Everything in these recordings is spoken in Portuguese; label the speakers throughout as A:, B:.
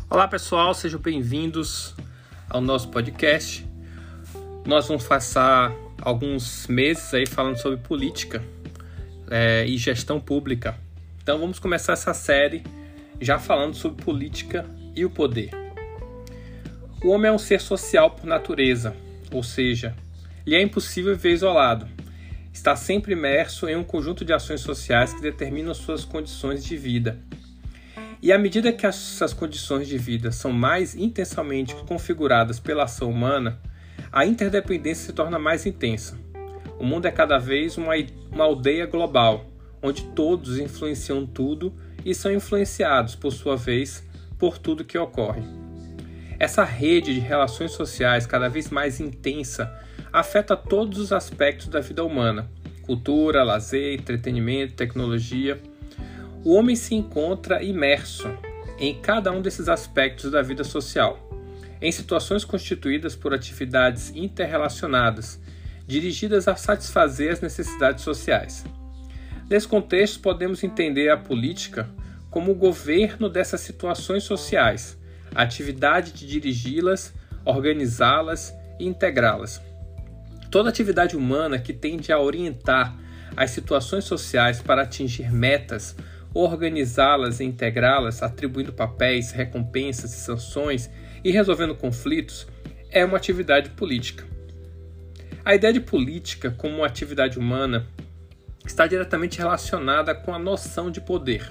A: Olá pessoal, sejam bem-vindos ao nosso podcast. Nós vamos passar alguns meses aí falando sobre política e gestão pública. Então vamos começar essa série já falando sobre política e o poder. O homem é um ser social por natureza, ou seja, lhe é impossível viver isolado. Está sempre imerso em um conjunto de ações sociais que determinam suas condições de vida. E à medida que essas condições de vida são mais intensamente configuradas pela ação humana, a interdependência se torna mais intensa. O mundo é cada vez uma aldeia global, onde todos influenciam tudo e são influenciados, por sua vez, por tudo que ocorre. Essa rede de relações sociais cada vez mais intensa afeta todos os aspectos da vida humana: cultura, lazer, entretenimento, tecnologia. O homem se encontra imerso em cada um desses aspectos da vida social, em situações constituídas por atividades interrelacionadas, dirigidas a satisfazer as necessidades sociais. Nesse contexto, podemos entender a política como o governo dessas situações sociais, a atividade de dirigi-las, organizá-las e integrá-las. Toda atividade humana que tende a orientar as situações sociais para atingir metas, organizá-las e integrá-las, atribuindo papéis, recompensas e sanções e resolvendo conflitos, é uma atividade política. A ideia de política como uma atividade humana está diretamente relacionada com a noção de poder.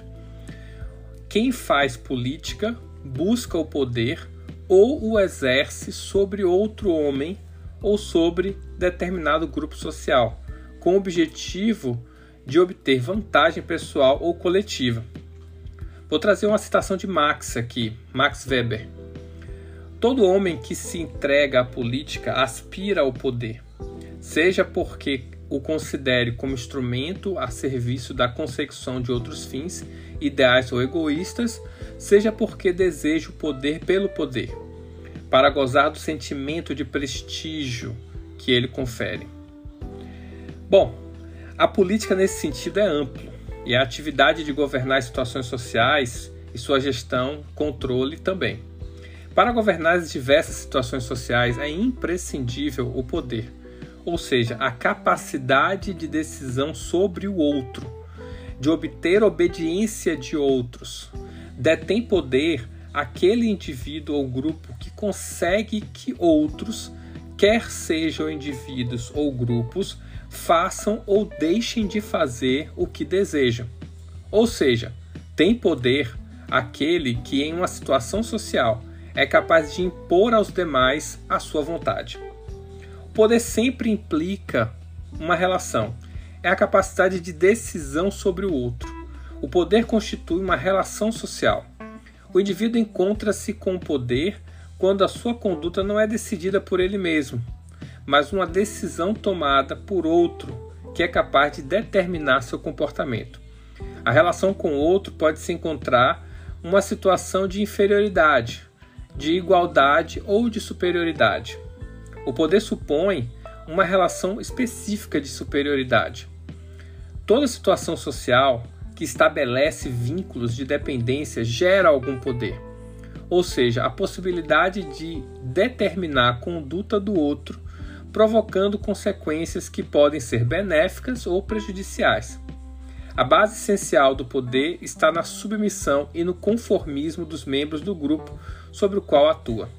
A: Quem faz política busca o poder ou o exerce sobre outro homem ou sobre determinado grupo social, com o objetivo de obter vantagem pessoal ou coletiva. Vou trazer uma citação de Marx aqui, Max Weber. Todo homem que se entrega à política aspira ao poder, seja porque o considere como instrumento a serviço da consecução de outros fins, ideais ou egoístas, seja porque deseja o poder pelo poder, para gozar do sentimento de prestígio que ele confere. Bom, a política nesse sentido é ampla, e a atividade de governar as situações sociais e sua gestão, controle também. Para governar as diversas situações sociais é imprescindível o poder, ou seja, a capacidade de decisão sobre o outro, de obter obediência de outros. Detém poder aquele indivíduo ou grupo que consegue que outros, quer sejam indivíduos ou grupos, façam ou deixem de fazer o que desejam. Ou seja, tem poder aquele que em uma situação social é capaz de impor aos demais a sua vontade. O poder sempre implica uma relação, é a capacidade de decisão sobre o outro. O poder constitui uma relação social. O indivíduo encontra-se com o poder quando a sua conduta não é decidida por ele mesmo, mas uma decisão tomada por outro que é capaz de determinar seu comportamento. A relação com o outro pode se encontrar uma situação de inferioridade, de igualdade ou de superioridade. O poder supõe uma relação específica de superioridade. Toda situação social que estabelece vínculos de dependência gera algum poder, ou seja, a possibilidade de determinar a conduta do outro, provocando consequências que podem ser benéficas ou prejudiciais. A base essencial do poder está na submissão e no conformismo dos membros do grupo sobre o qual atua.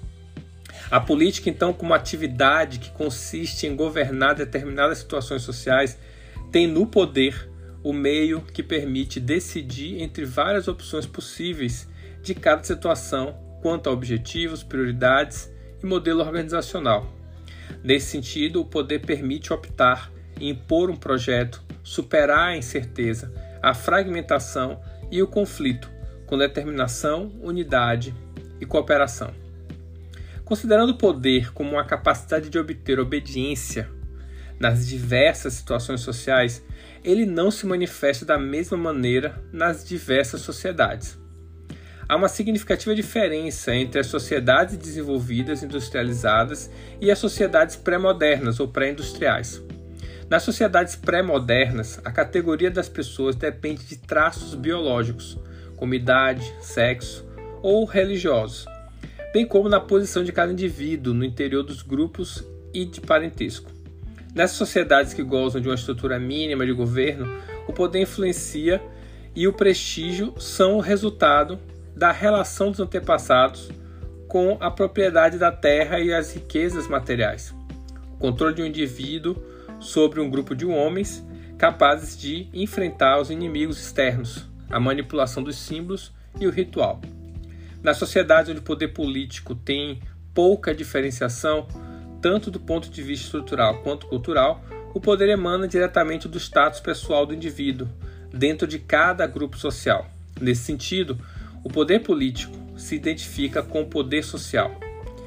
A: A política, então, como atividade que consiste em governar determinadas situações sociais, tem no poder o meio que permite decidir entre várias opções possíveis de cada situação quanto a objetivos, prioridades e modelo organizacional. Nesse sentido, o poder permite optar, impor um projeto, superar a incerteza, a fragmentação e o conflito, com determinação, unidade e cooperação. Considerando o poder como uma capacidade de obter obediência nas diversas situações sociais, ele não se manifesta da mesma maneira nas diversas sociedades. Há uma significativa diferença entre as sociedades desenvolvidas, industrializadas, e as sociedades pré-modernas ou pré-industriais. Nas sociedades pré-modernas, a categoria das pessoas depende de traços biológicos, como idade, sexo ou religiosos, bem como na posição de cada indivíduo no interior dos grupos e de parentesco. Nessas sociedades que gozam de uma estrutura mínima de governo, o poder influencia e o prestígio são o resultado da relação dos antepassados com a propriedade da terra e as riquezas materiais. O controle de um indivíduo sobre um grupo de homens capazes de enfrentar os inimigos externos, a manipulação dos símbolos e o ritual. Nas sociedades onde o poder político tem pouca diferenciação, tanto do ponto de vista estrutural quanto cultural, o poder emana diretamente do status pessoal do indivíduo, dentro de cada grupo social. Nesse sentido, o poder político se identifica com o poder social.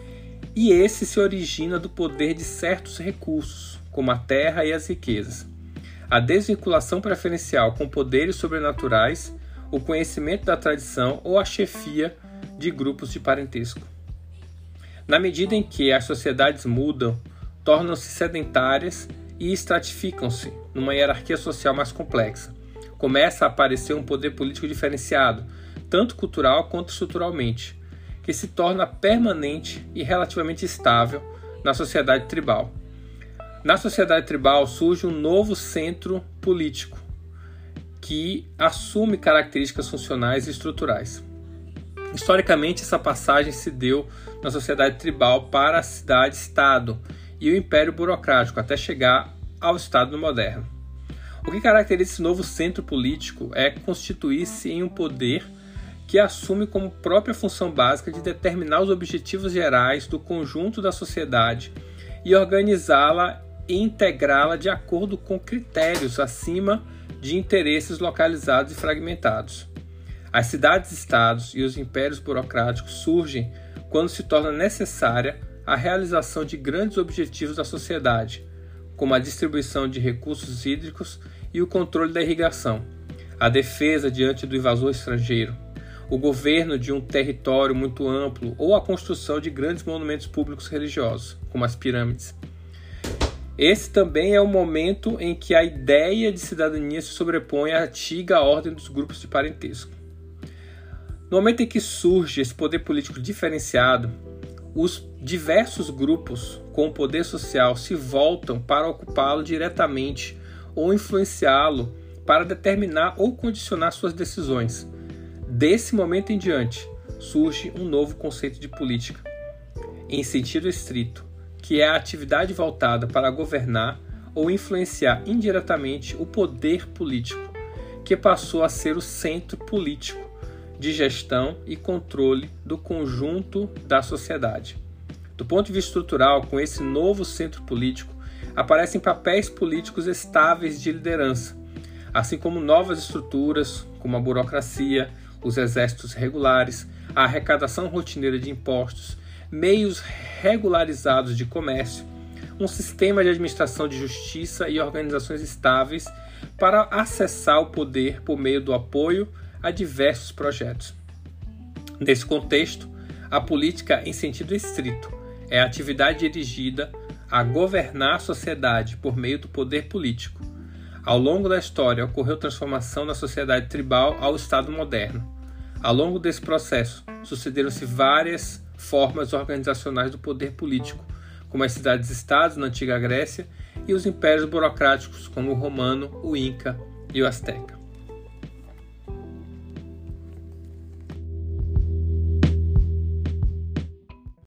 A: E esse se origina do poder de certos recursos, como a terra e as riquezas. A desvinculação preferencial com poderes sobrenaturais, o conhecimento da tradição ou a chefia de grupos de parentesco. Na medida em que as sociedades mudam, tornam-se sedentárias e estratificam-se numa hierarquia social mais complexa. Começa a aparecer um poder político diferenciado, tanto cultural quanto estruturalmente, que se torna permanente e relativamente estável na sociedade tribal. Na sociedade tribal surge um novo centro político, que assume características funcionais e estruturais. Historicamente, essa passagem se deu na sociedade tribal para a cidade-estado e o império burocrático, até chegar ao Estado moderno. O que caracteriza esse novo centro político é constituir-se em um poder que assume como própria função básica de determinar os objetivos gerais do conjunto da sociedade e organizá-la e integrá-la de acordo com critérios acima de interesses localizados e fragmentados. As cidades-estados e os impérios burocráticos surgem quando se torna necessária a realização de grandes objetivos da sociedade, como a distribuição de recursos hídricos e o controle da irrigação, a defesa diante do invasor estrangeiro, o governo de um território muito amplo ou a construção de grandes monumentos públicos religiosos, como as pirâmides. Esse também é o momento em que a ideia de cidadania se sobrepõe à antiga ordem dos grupos de parentesco. No momento em que surge esse poder político diferenciado, os diversos grupos com poder social se voltam para ocupá-lo diretamente ou influenciá-lo para determinar ou condicionar suas decisões. Desse momento em diante, surge um novo conceito de política, em sentido estrito, que é a atividade voltada para governar ou influenciar indiretamente o poder político, que passou a ser o centro político de gestão e controle do conjunto da sociedade. Do ponto de vista estrutural, com esse novo centro político, aparecem papéis políticos estáveis de liderança, assim como novas estruturas, como a burocracia, os exércitos regulares, a arrecadação rotineira de impostos, meios regularizados de comércio, um sistema de administração de justiça e organizações estáveis para acessar o poder por meio do apoio a diversos projetos. Nesse contexto, a política em sentido estrito é a atividade dirigida a governar a sociedade por meio do poder político. Ao longo da história, ocorreu transformação da sociedade tribal ao Estado moderno. Ao longo desse processo, sucederam-se várias formas organizacionais do poder político, como as cidades-estados na antiga Grécia e os impérios burocráticos, como o romano, o inca e o azteca.